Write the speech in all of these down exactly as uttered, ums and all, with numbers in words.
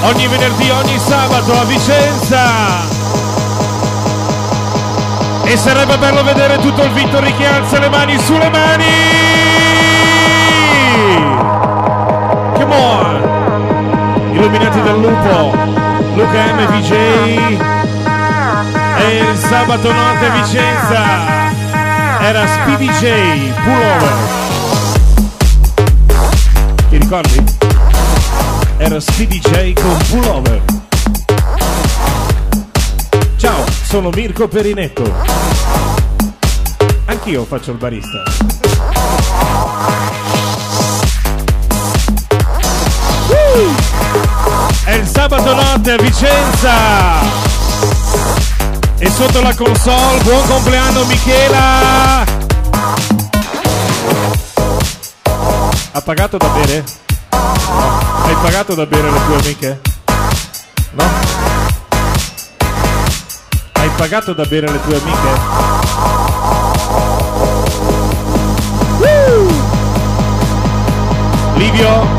Ogni venerdì, ogni sabato a Vicenza. E sarebbe bello vedere tutto il Vittori che alza le mani sulle mani. Come on. Illuminati dal lupo, Luca M V J. E il sabato notte a Vicenza era Speedy J, Pullover. Ti ricordi? Era Speedy J con Pullover. Ciao, sono Mirko Perinetto. Anch'io faccio il barista. Uh! È il sabato notte a Vicenza. E sotto la console, buon compleanno Michela. Ha pagato da bere? No. Hai pagato da bere le tue amiche? No? Hai pagato da bere le tue amiche? Woo! Livio?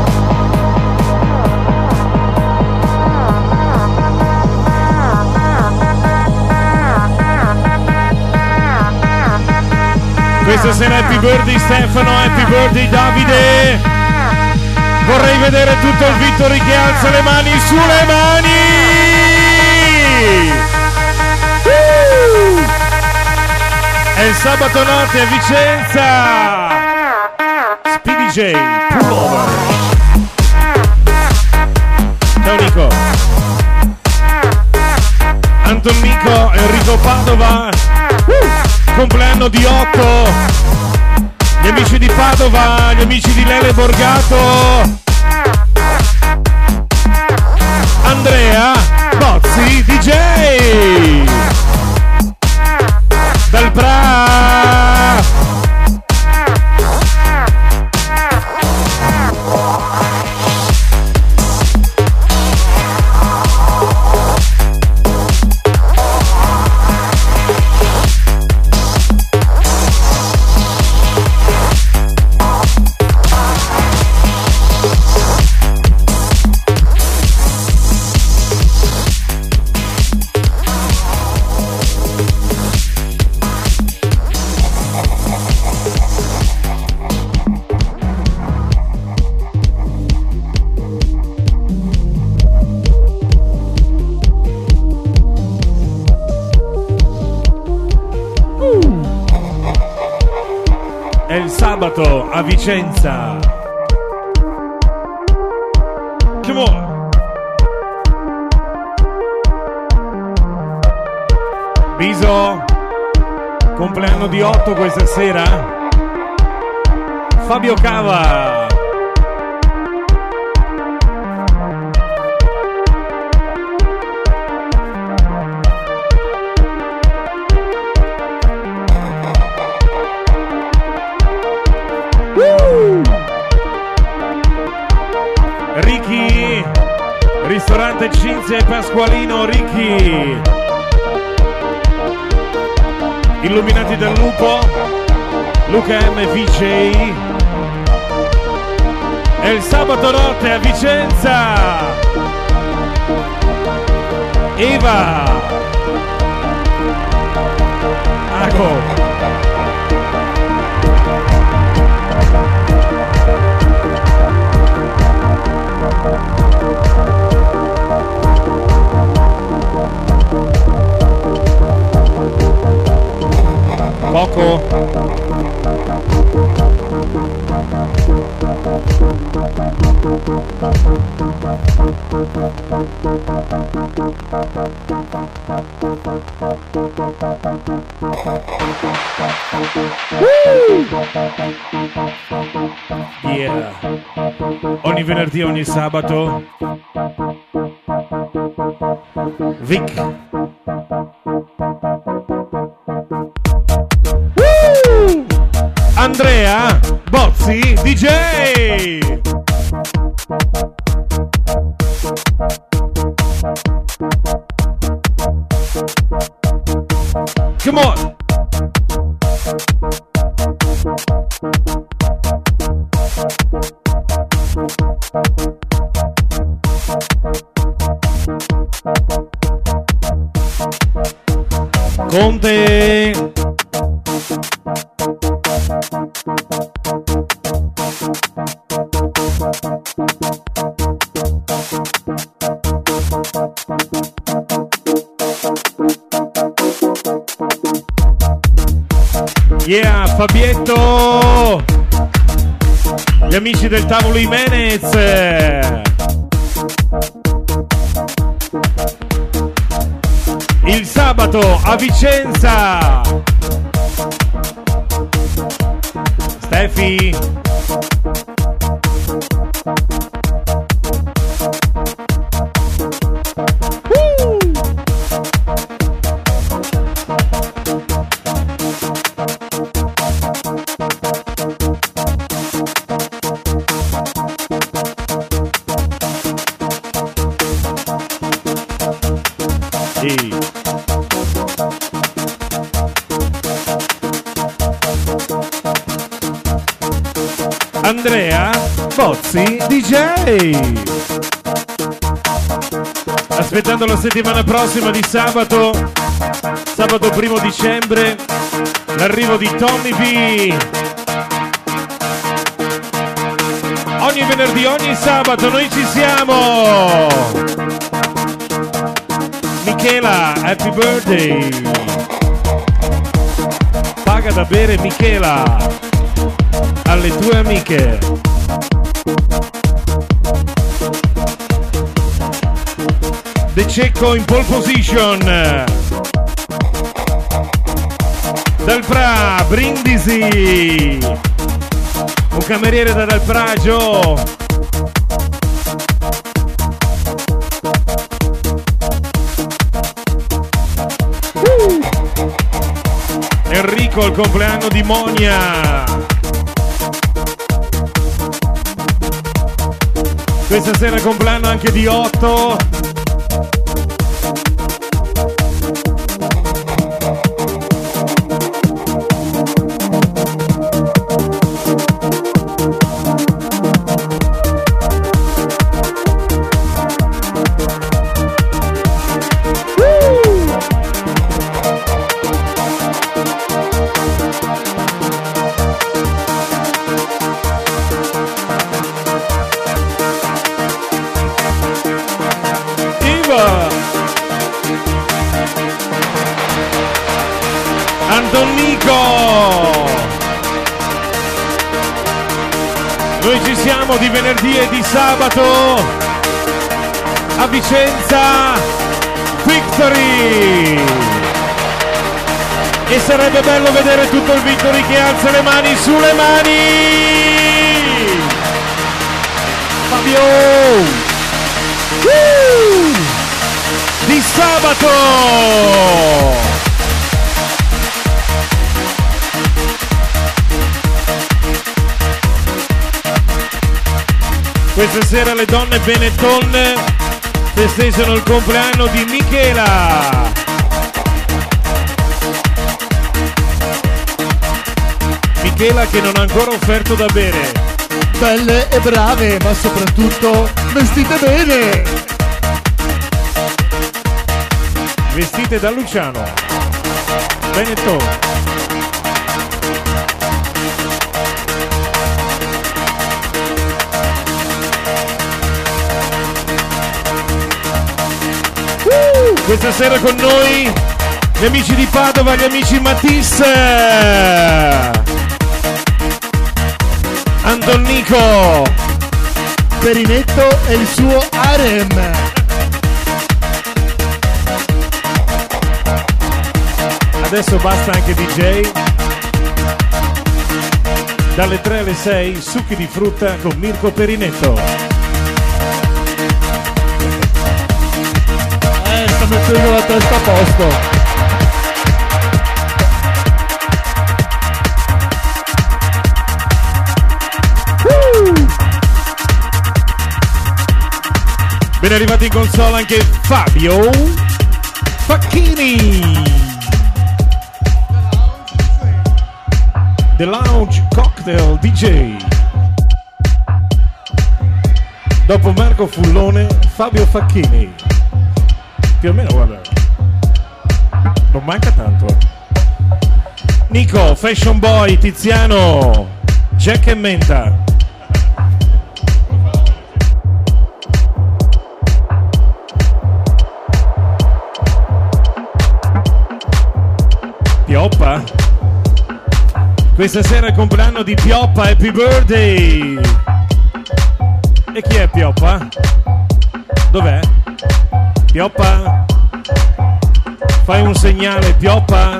Questa sera happy birthday Stefano, happy birthday Davide. Vorrei vedere tutto il Vittori che alza le mani sulle mani. Uh! È il sabato notte a Vicenza. Speedy J, Pullover. Ciao Nico. Anton Nico, Enrico Padova. Uh! Compleanno di otto. Gli amici di Padova, gli amici di Lele Borgato. Andrea Bozzi D J dal Bra. Sabato a Vicenza. Come on. Biso, compleanno di otto questa sera. Fabio Cava. Ricky, ristorante Cinzia e Pasqualino. Ricky, illuminati dal lupo, Luca M V J. È il sabato notte a Vicenza. Eva Ago. Poco. Yeah. Ogni venerdì, ogni sabato. Vic. Andrea Bozzi D J. Come on. Conte. Yeah, Fabietto. Gli amici del tavolo Jimenez. Il sabato a Vicenza. Stefi. Uh. Sì. Andrea Bozzi D J. Aspettando la settimana prossima di sabato, sabato primo dicembre, l'arrivo di Tommy B. Ogni venerdì, ogni sabato noi ci siamo. Michela, happy birthday. Paga da bere Michela alle tue amiche. De Cecco in pole position. Dal Pra, Brindisi. Un cameriere da Dal Pragio. Uh. Enrico il compleanno di Monia. Questa sera compleanno anche di Otto. Noi ci siamo di venerdì e di sabato a Vicenza Victory, e sarebbe bello vedere tutto il Victory che alza le mani, sulle mani Fabio uh! di sabato. Questa sera le donne Benetton festeggiano il compleanno di Michela. Michela che non ha ancora offerto da bere. Belle e brave, ma soprattutto vestite bene. Vestite da Luciano. Benetton. Questa sera con noi gli amici di Padova, gli amici Matisse, Antonico, Perinetto e il suo harem. Adesso basta anche D J. Dalle tre alle sei succhi di frutta con Mirko Perinetto. Mettendo la testa a posto. Uh! Ben arrivati in console anche Fabio Facchini. The Lounge Cocktail D J. Dopo Marco Fullone, Fabio Facchini. Più o meno, guarda, Non manca tanto. Nico, Fashion Boy, Tiziano, Jack e Menta. Pioppa? Questa sera è il compleanno di Pioppa, happy birthday! E chi è Pioppa? Dov'è? Pioppa? Fai un segnale, Pioppa?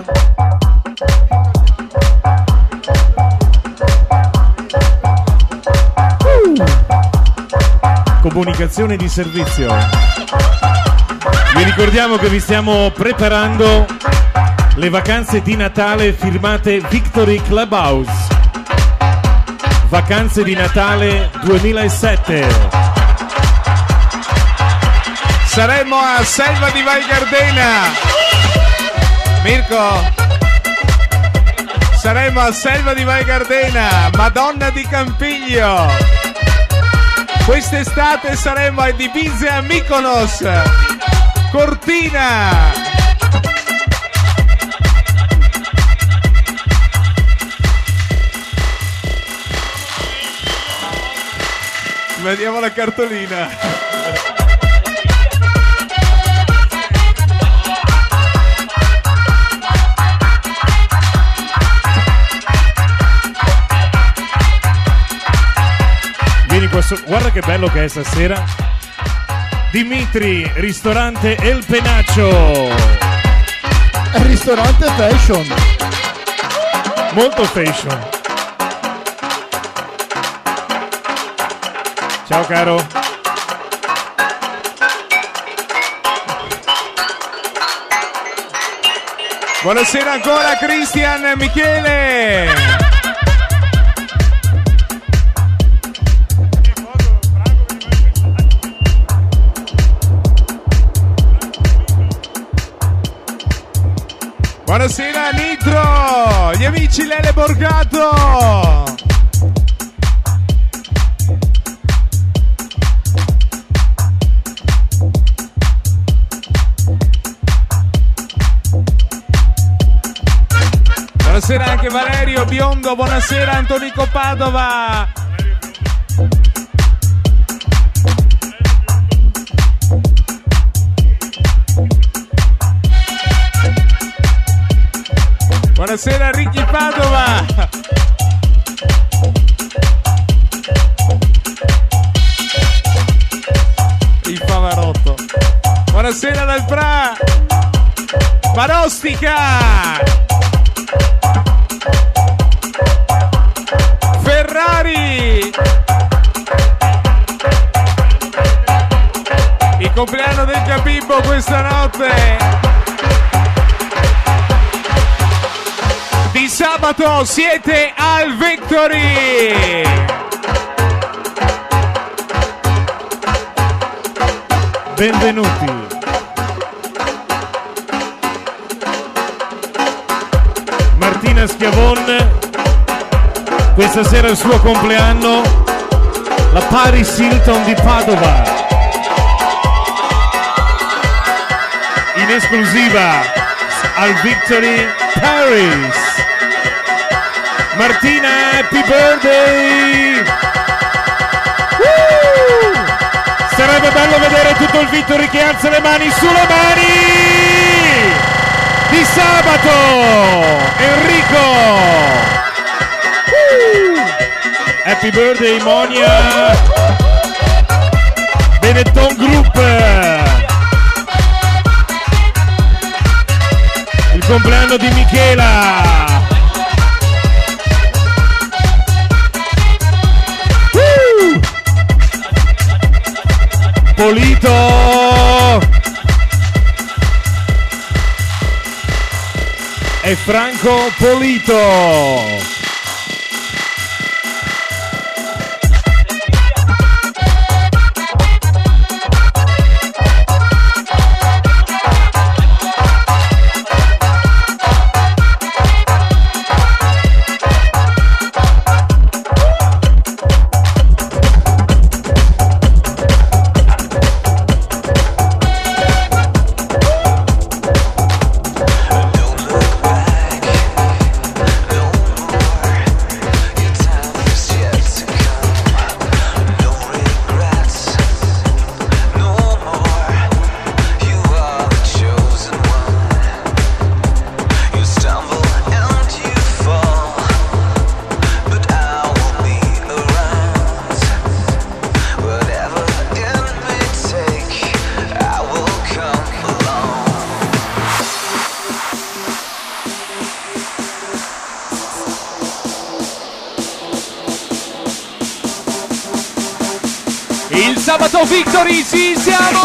Uh. Comunicazione di servizio. Vi ricordiamo che vi stiamo preparando le vacanze di Natale firmate Victory Clubhouse. Vacanze di Natale duemilasette. Saremo a Selva di Val Gardena. Mirko. Saremo a Selva di Val Gardena, Madonna di Campiglio. Quest'estate saremo a Ibiza, a Mykonos, Cortina. Vediamo la cartolina. Vieni qua su. Guarda che bello che è stasera. Dimitri, ristorante El Penaccio. È ristorante fashion. Molto fashion. Ciao caro. Buonasera ancora Cristian Michele. Buonasera Nitro, gli amici Lele Borgato. Buonasera anche Valerio Biondo, buonasera Antonico Padova. Buonasera Ricky Padova. Il Pavarotto. Buonasera dal Pra. Marostica. Ferrari. Il compleanno del Capibbo questa notte. Di sabato siete al Victory. Benvenuti. Martina Schiavon, questa sera è il suo compleanno, la Paris Hilton di Padova, in esclusiva al Victory Paris. Martina, happy birthday! Woo! Sarebbe bello vedere tutto il Victory che alza le mani, sulle mani! Di sabato! Enrico! Woo! Happy birthday Monia! Benetton Group! Il compleanno di Michela! Polito e Franco Polito. sabato Victory, ci siamo!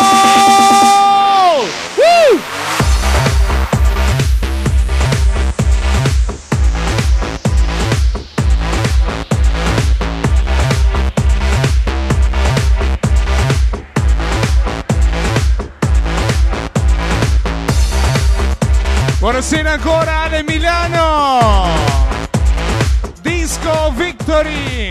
Woo! Buonasera ancora Ale Milano! Disco Victory!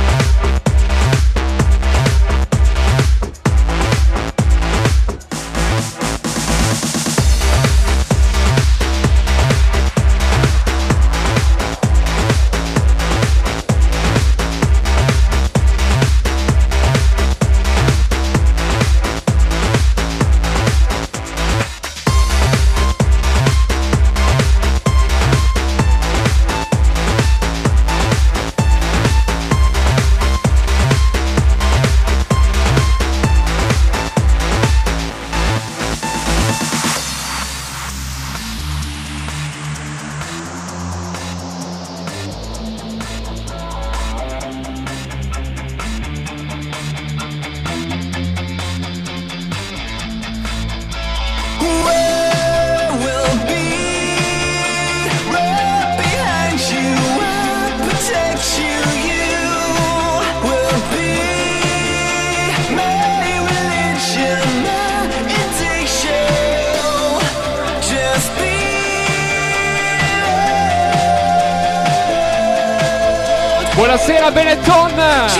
Buonasera Benetton!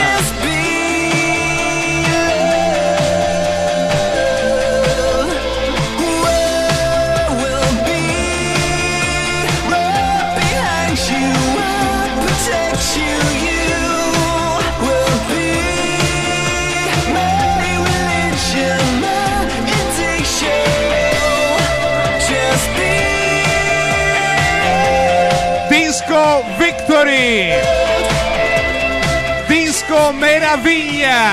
Disco Victory! Disco Meraviglia!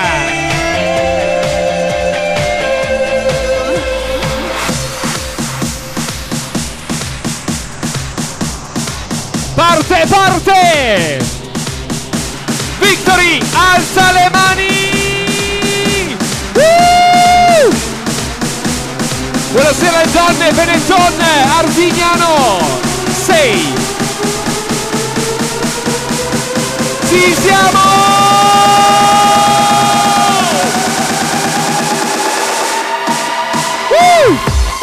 Parte, parte! Victory, alza le mani! Uh! Buonasera alle donne, Benetton, Arvignano, sei! Ci siamo! Uh!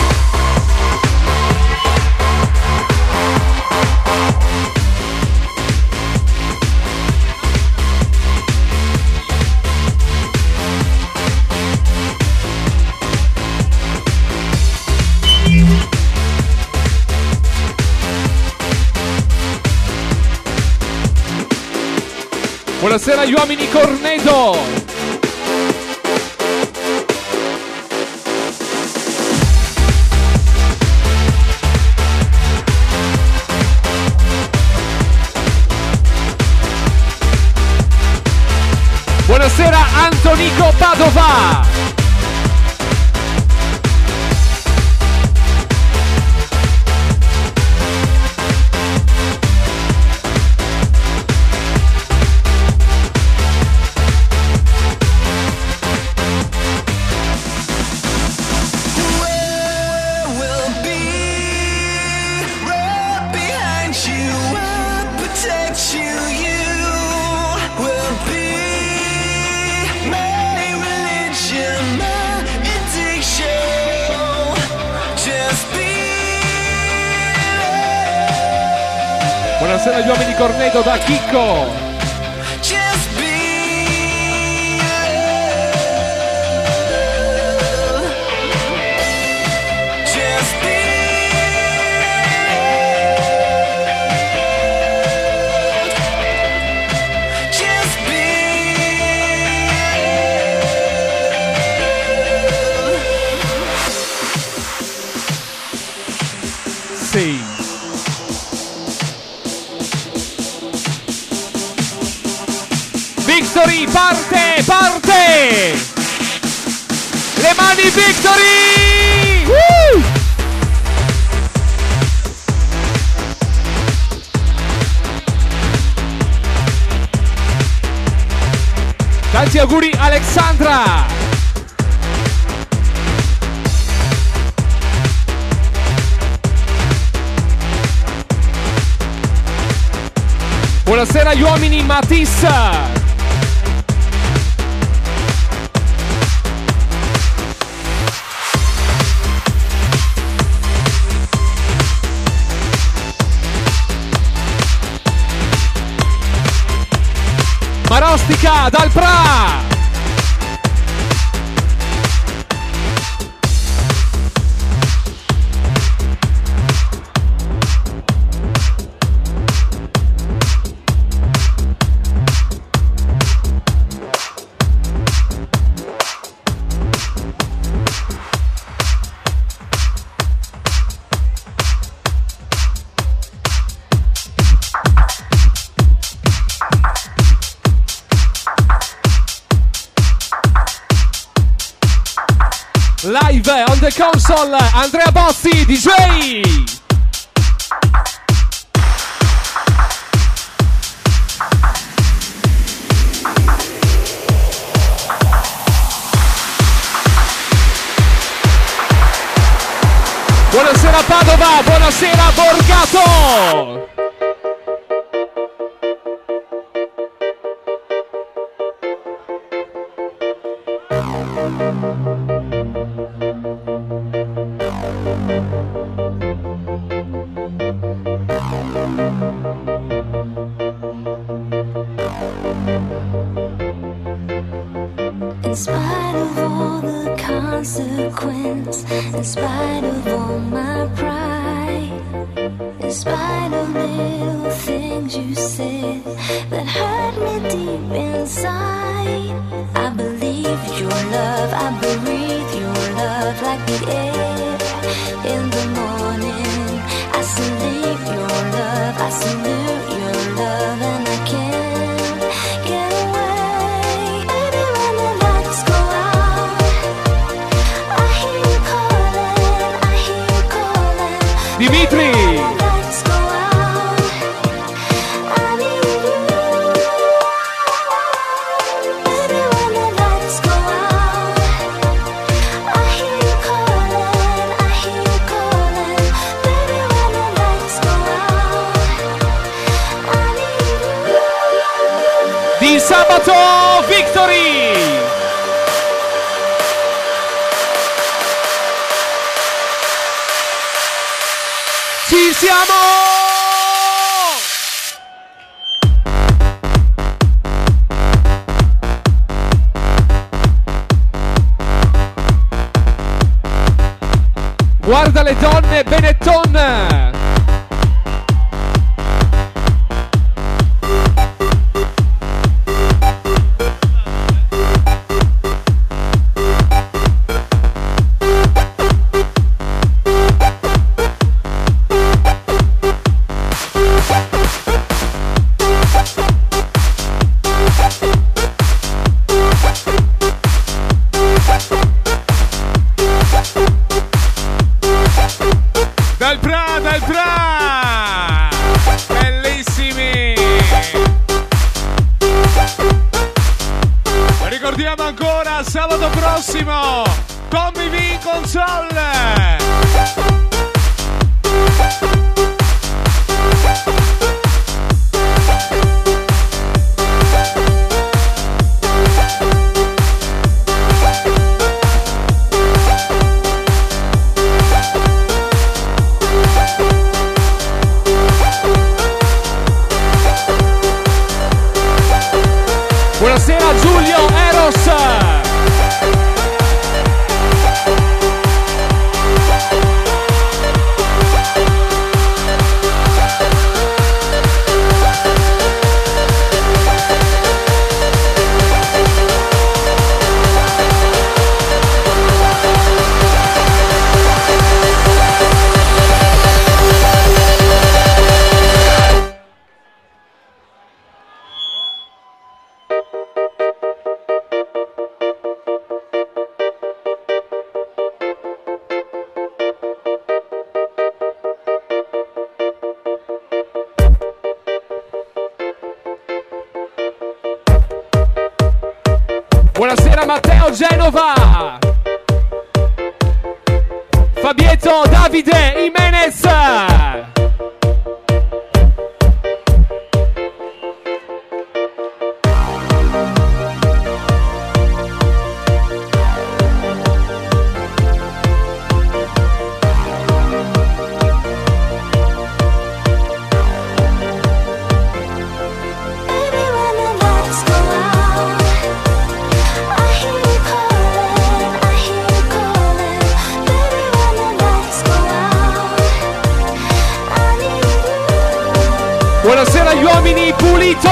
Buonasera agli uomini Corneto! Buonasera Antonico Padova! Buonasera agli uomini Corneto da Chicco. Sì. Victory, parte, parte! Le mani Victory! Woo! Tanti auguri Alexandra. Buonasera gli uomini Matissa. Marostica dal Pra. Live on the console, Andrea Bozzi, D J. Buonasera Padova, buonasera Borgato. In spite of all the consequence, in spite of all my pride, in spite of little things you said that hurt me deep inside, I believe your love, I breathe your love like the air in the morning. I salute your love, I salute your love, and I can't get away. Baby, when the lights go out, I hear you calling, I hear you calling. Dimitri. When the lights go out, I need you. Baby, when the lights go out, I hear you calling, I hear you calling. Baby, when the lights go out, I need you. Di sabato Victory. Ci siamo! Guarda le donne Benetton. Dal Pra, dal Pra! Bellissimi! Ricordiamo ancora sabato prossimo Tommy V in console! Buonasera Giulio Eros. Buonasera Matteo Genova. Fabietto Davide Jimenez. Buonasera agli uomini Pulito.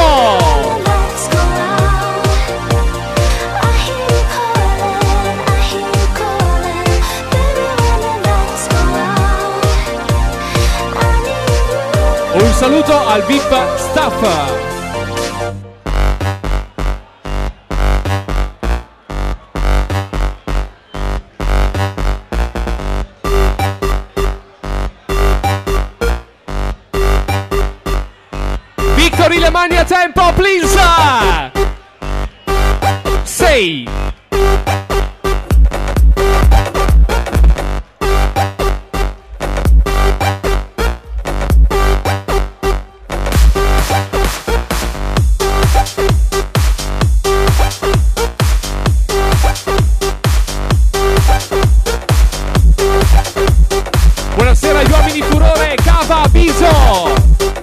Un saluto al V I P staff. Victory, le mani a tempo, please! sei. Buonasera agli uomini furore, Cava Biso.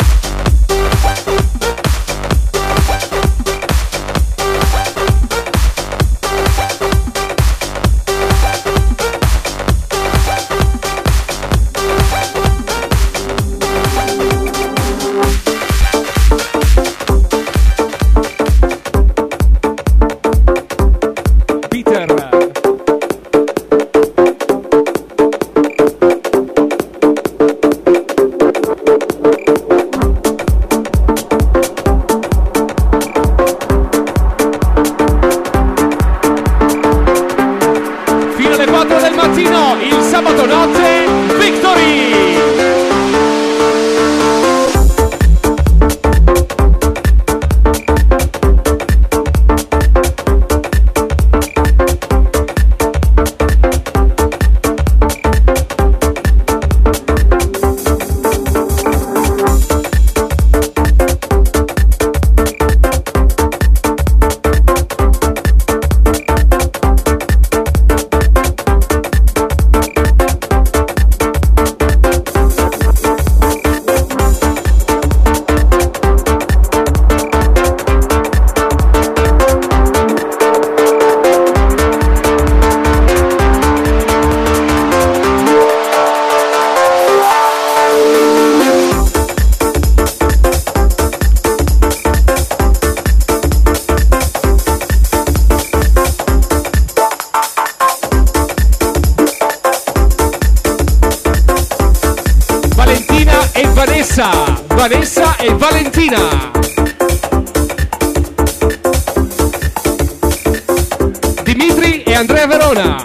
Vanessa e Valentina. Dimitri e Andrea Verona.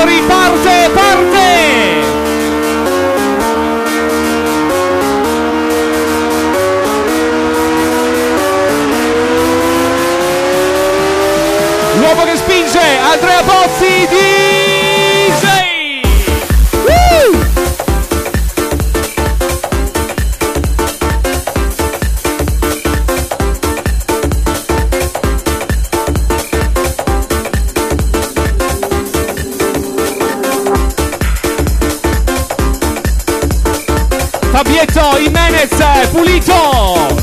Victory, parte, parte! L'uomo che spinge, Andrea Bozzi, D J! Woo! Fabietto, Jimenez, pulito!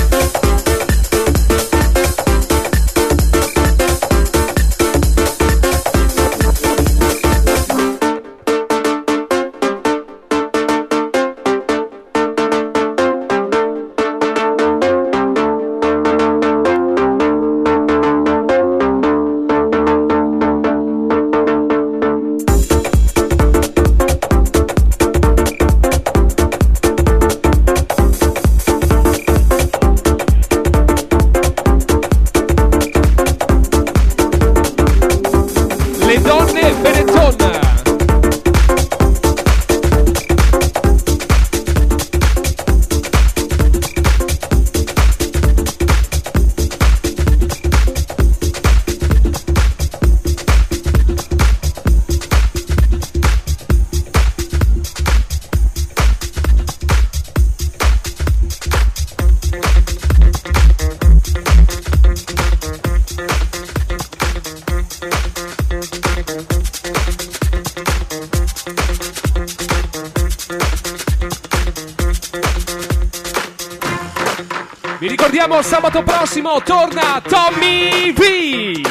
Vi ricordiamo, sabato prossimo torna Tommy V.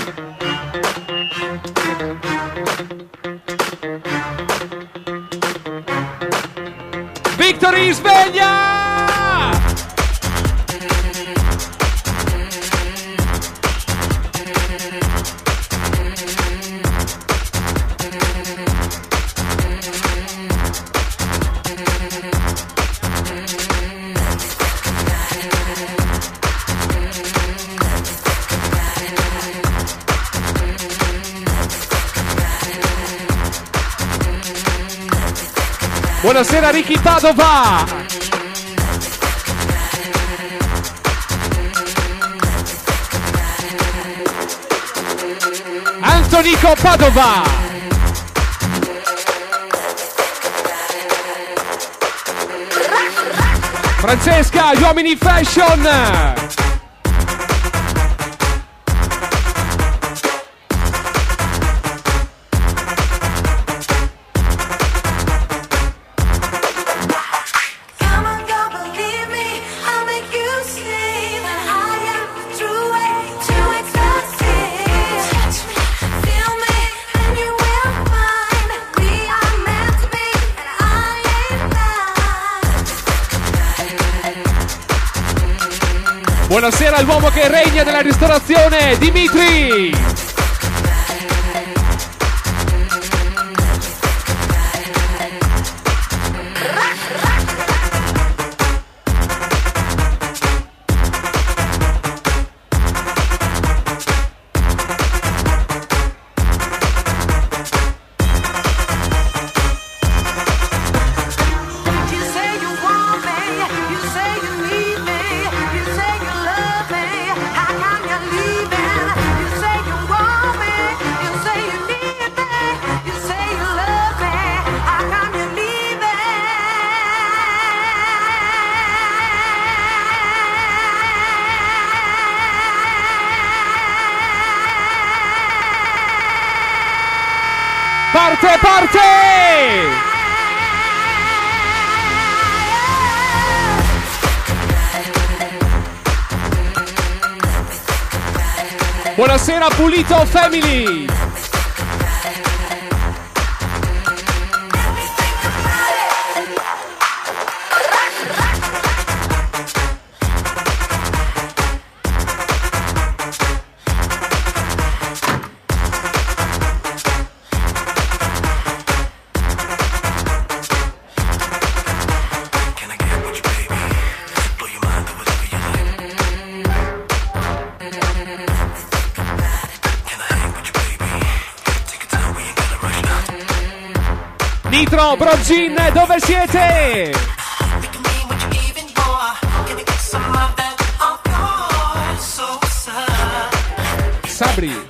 Victory, sveglia! Buonasera Ricky Padova. Antonico Padova. Francesca, gli uomini fashion. Buonasera all'uomo che regna nella ristorazione, Dimitri! Parte, parte! Buonasera Pulito Family! Can I hang with you, baby? Nitro, Brogin, dove siete? Sabri.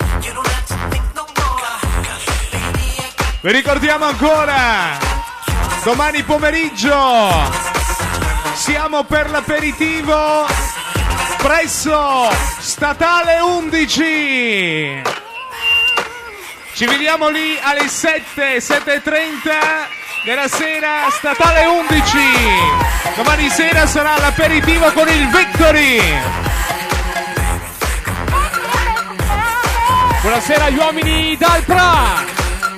Vi ricordiamo ancora, domani pomeriggio siamo per l'aperitivo presso Statale undici. Ci vediamo lì alle sette, sette e trenta della sera, Statale undici. Domani sera sarà l'aperitivo con il Victory. Buonasera agli uomini dal Pra.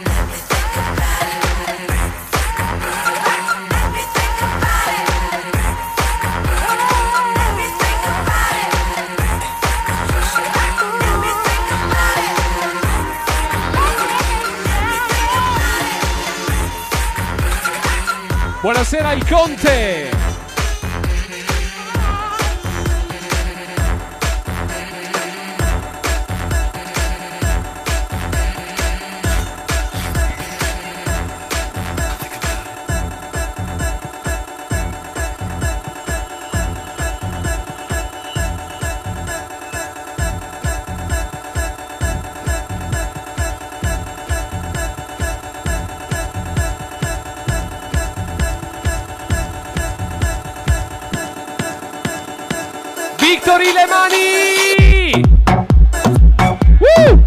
Buonasera il Conte. Victory, le mani! Uh!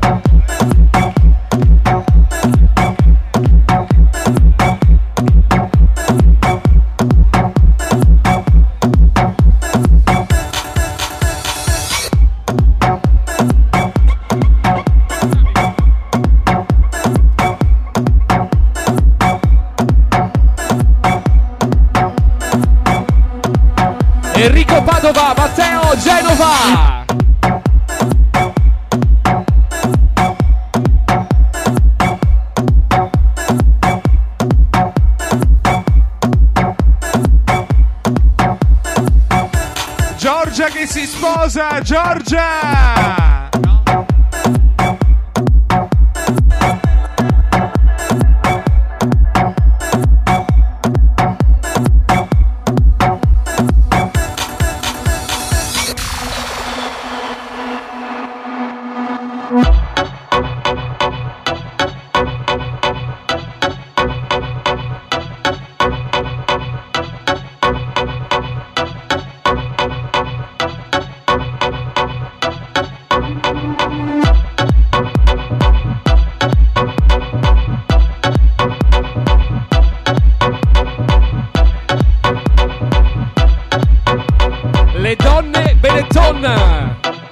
Enrico Padova, Matteo Genova. Giorgia che si sposa, Giorgia! Le donne Benetton.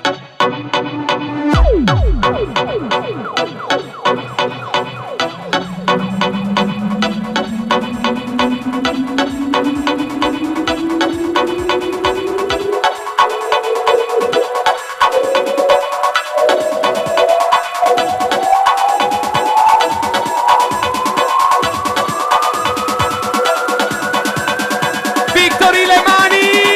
Victory, le mani!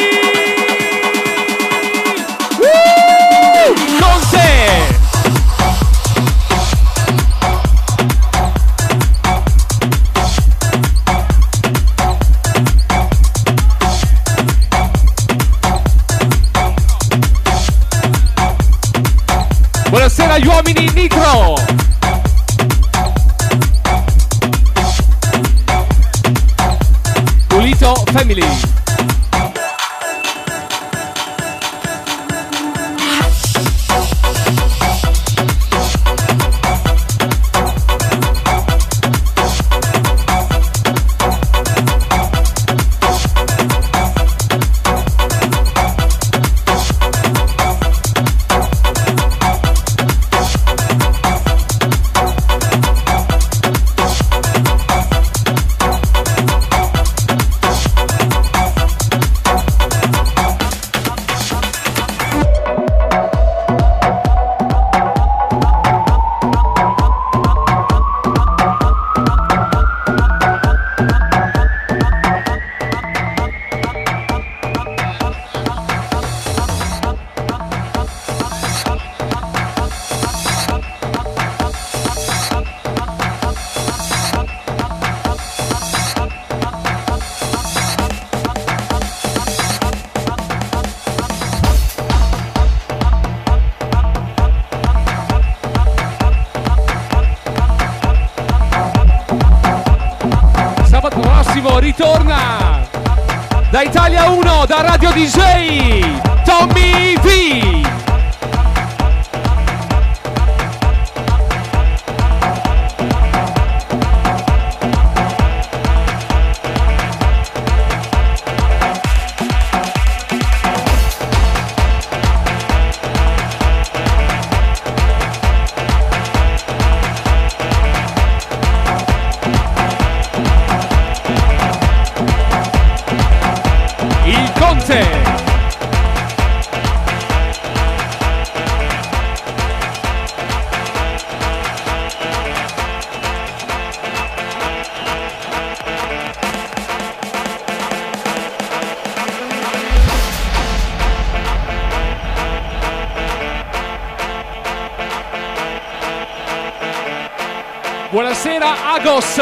Buonasera agli uomini Nitro. Pulito Family. Cecco, ritorna da Italia uno, da Radio D J, Tommy V. Buonasera Agos.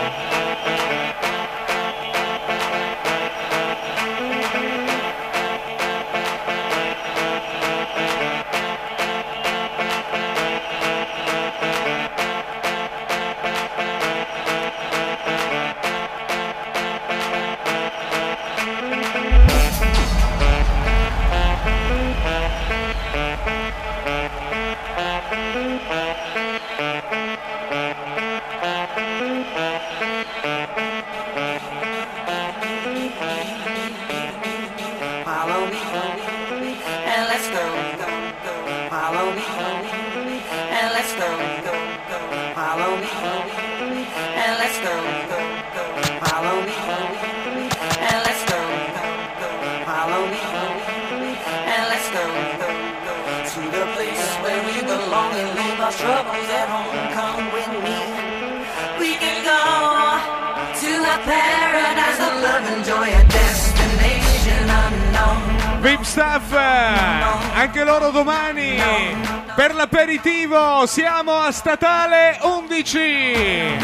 Anche loro domani per l'aperitivo siamo a Statale undici.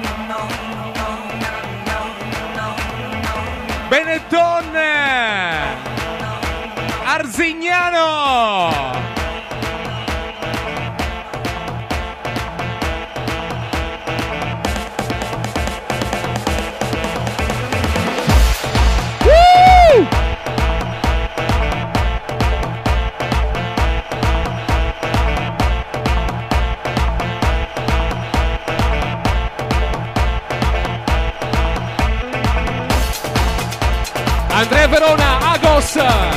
Benetton Arzignano. Andrea Verona, Agos.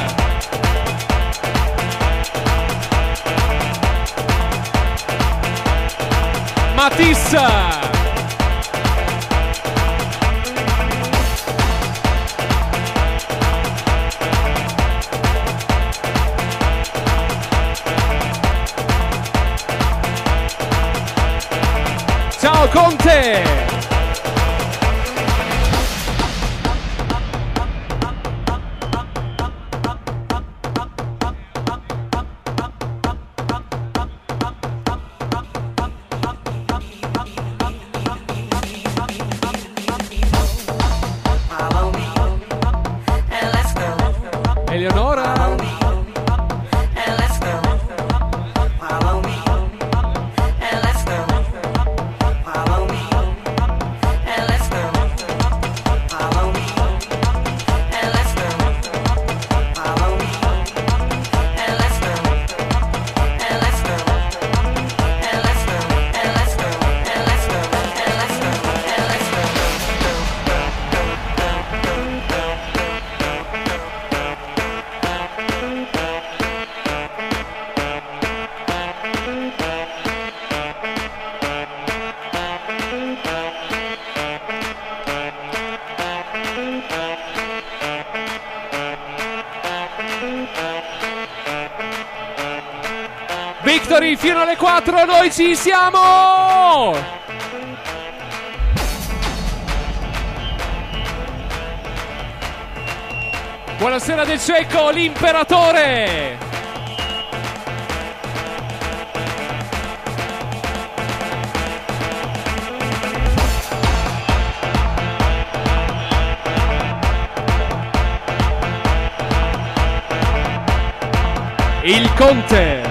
Matissa. Ciao Conte. Victory fino alle quattro, noi ci siamo! Buonasera del Cecco, l'imperatore! Il Conte!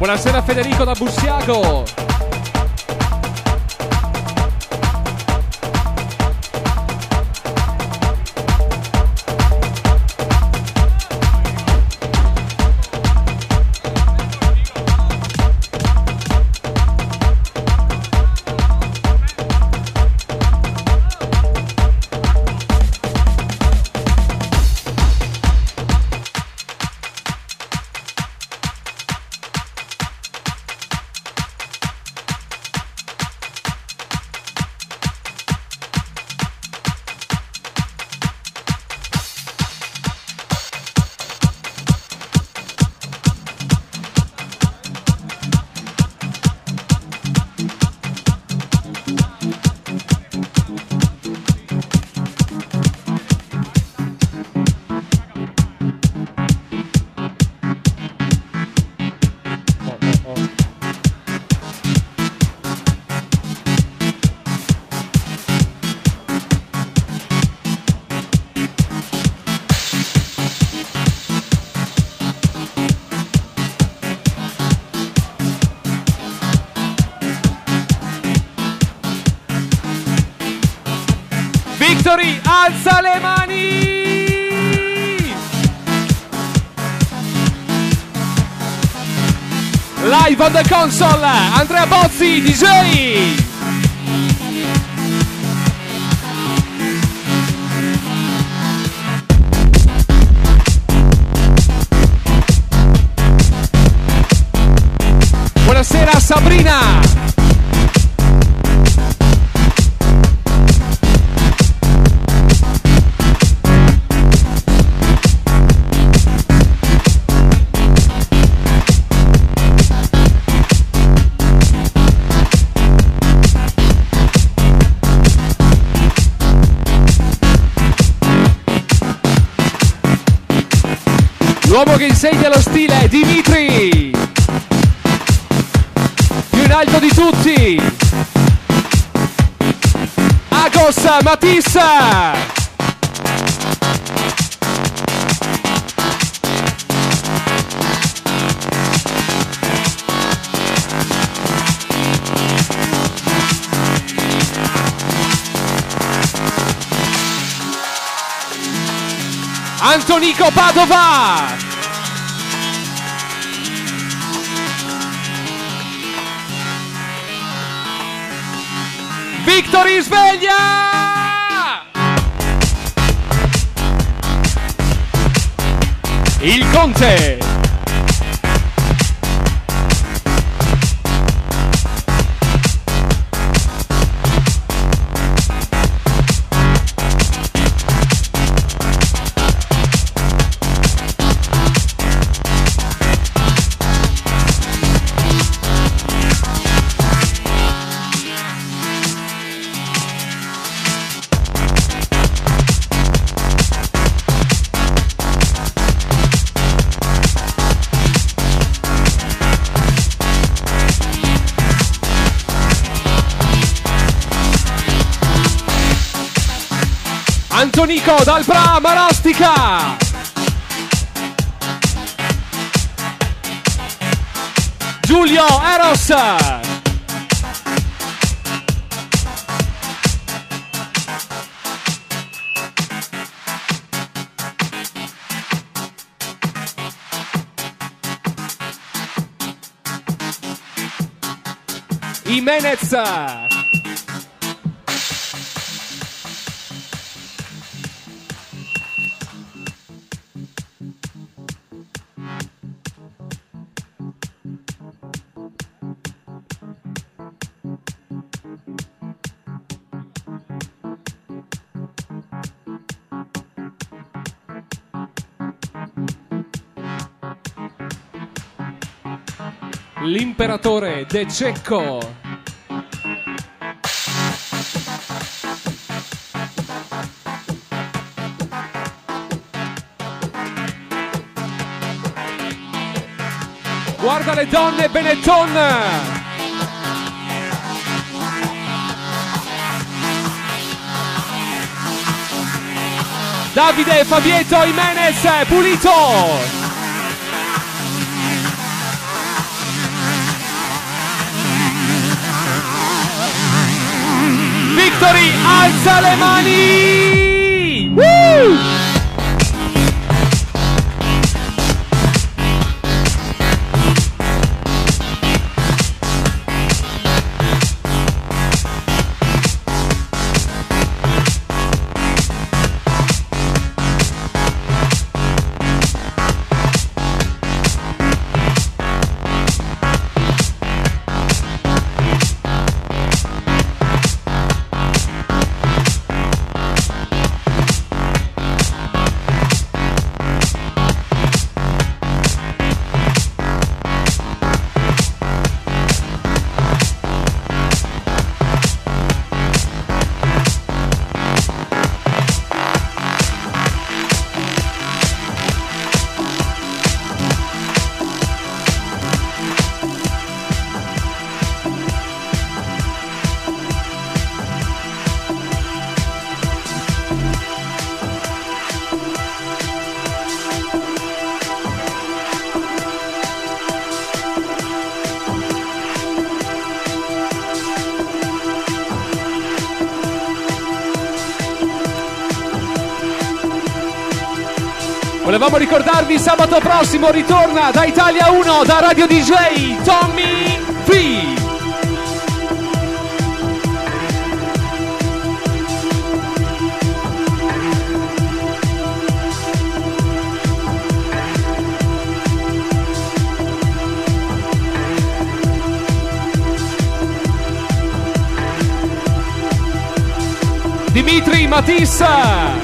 Buonasera Federico da Bussiago. Victory, alza le mani! Live on the console, Andrea Bozzi, D J! Buonasera Sabrina! L'uomo che insegna lo stile, Dimitri! Più in alto di tutti! Agos Matissa! Antonico Padova! Victory sveglia! Il Conte! Antonico dal Bra Marastica! Giulio Eros! Jimenez! L'imperatore De Cecco. Guarda le donne Benetton. Davide Fabietto Jimenez, pulito. signori, alza le mani! Woo! Volevamo ricordarvi, sabato prossimo ritorna da Italia uno, da Radio D J, Tommy V. Dimitri Matissa.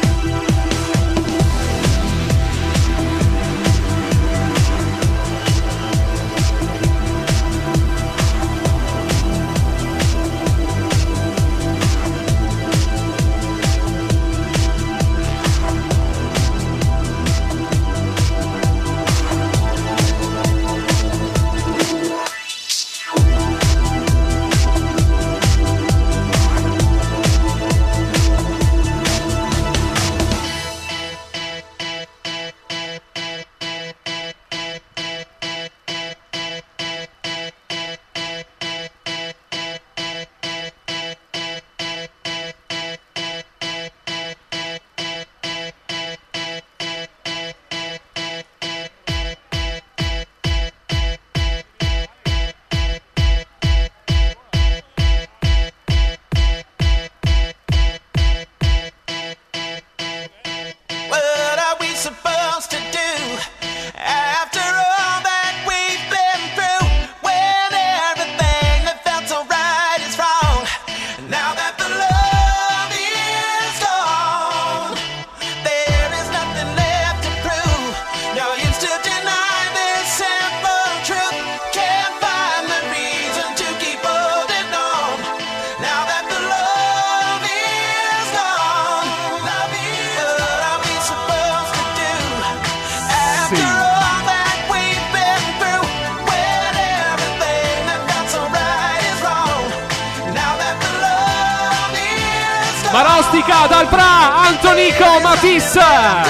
Marostica, dal Bra, Antonico, Matissa,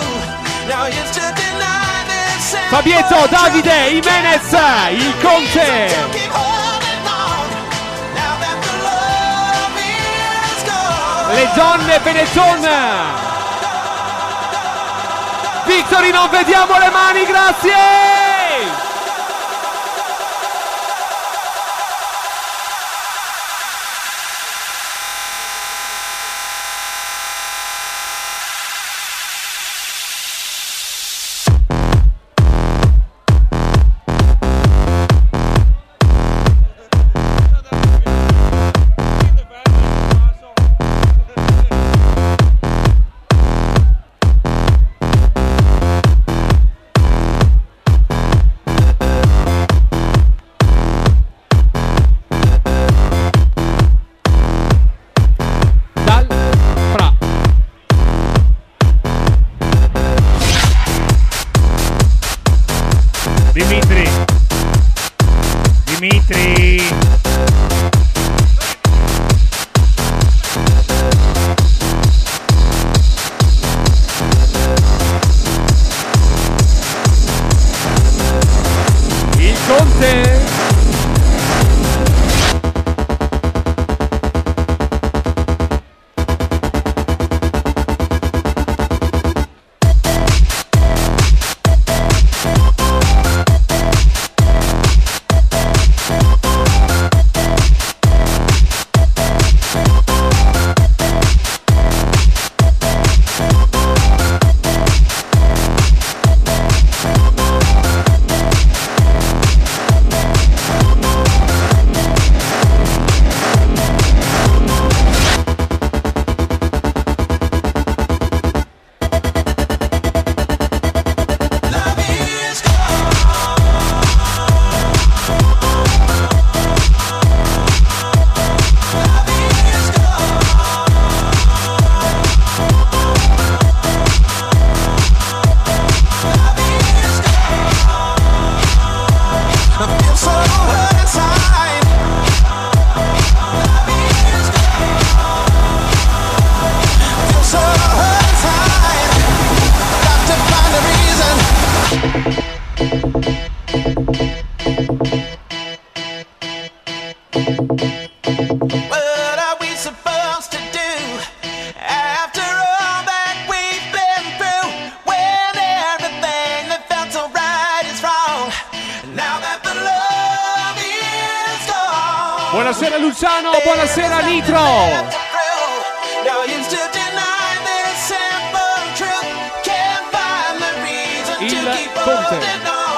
Fabietto, Davide, Jimenez, il Conte, le donne Benetton, Victory, non vediamo le mani, grazie! Buonasera Luciano, buonasera Nitro. Il Conte.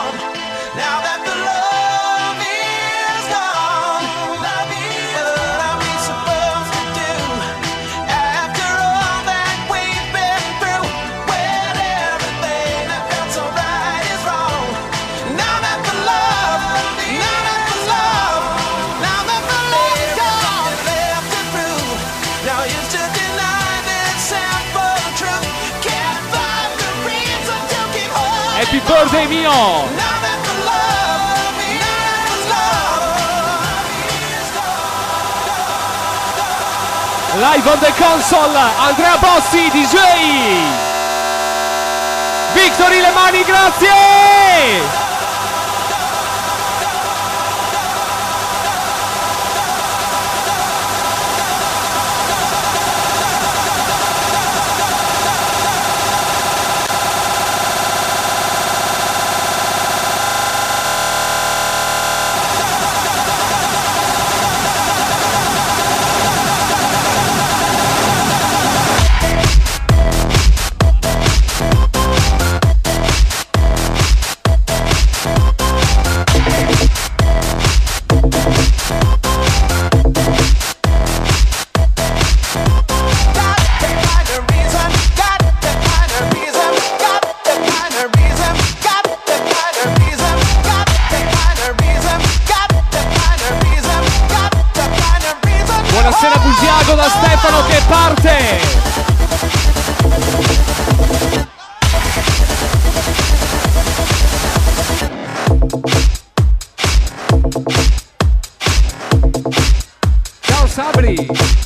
Happy birthday mio! Live on the console, Andrea Bossi, D J! Victory le mani, grazie! Buonasera Bugiago da Stefano che parte! Ciao Sabri!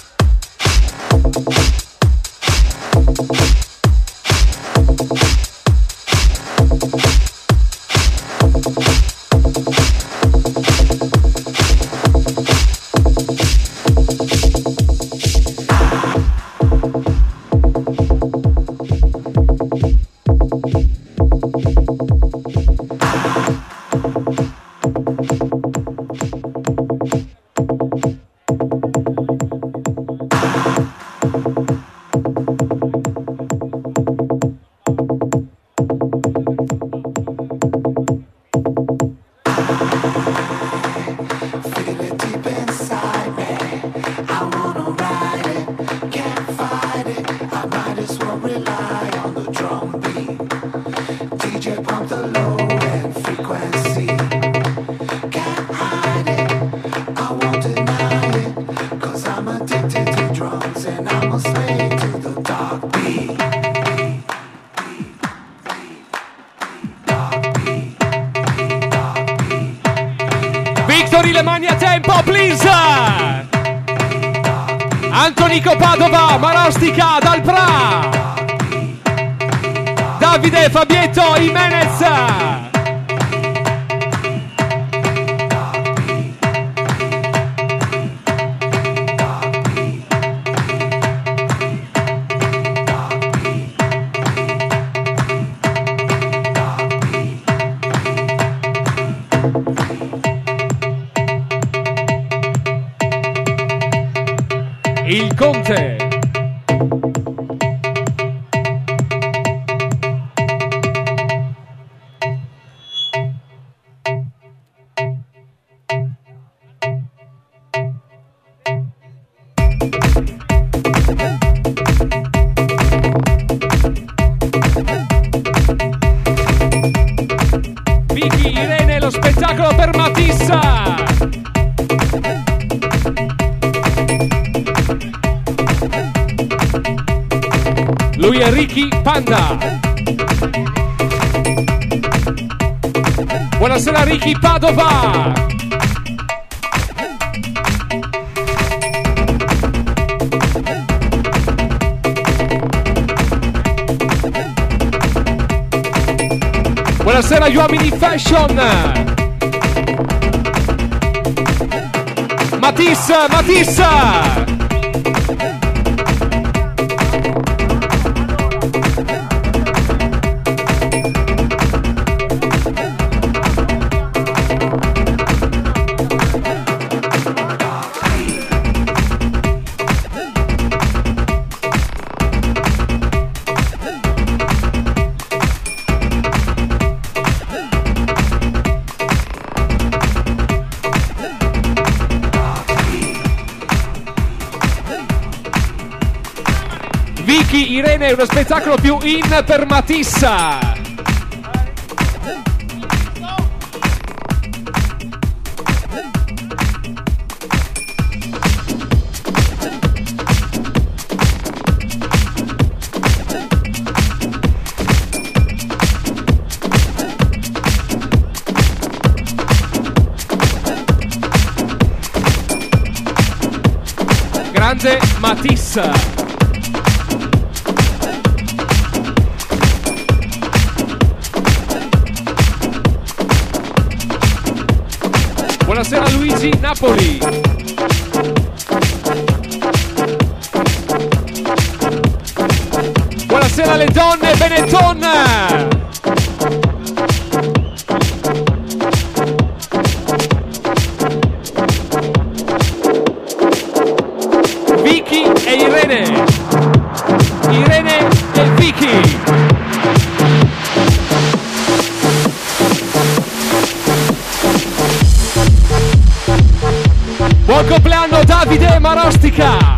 Le mani a tempo, please! Antonico Padova, Marostica, Dal Pra! Davide Fabietto Jimenez! Il Conte. Vicky Irene, lo spettacolo per Matissa. Lui è Ricky Panda. Buonasera Ricky Padova. Buonasera gli uomini fashion. Matissa, Matissa. Irene, uno spettacolo più in per Matissa. Grande Matissa. Buonasera Luigi Napoli. Buonasera alle donne Benetton. Vicky e Irene. Irene e Vicky. Buon compleanno Davide Marostica!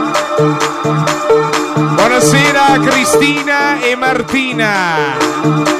Cristina e Martina.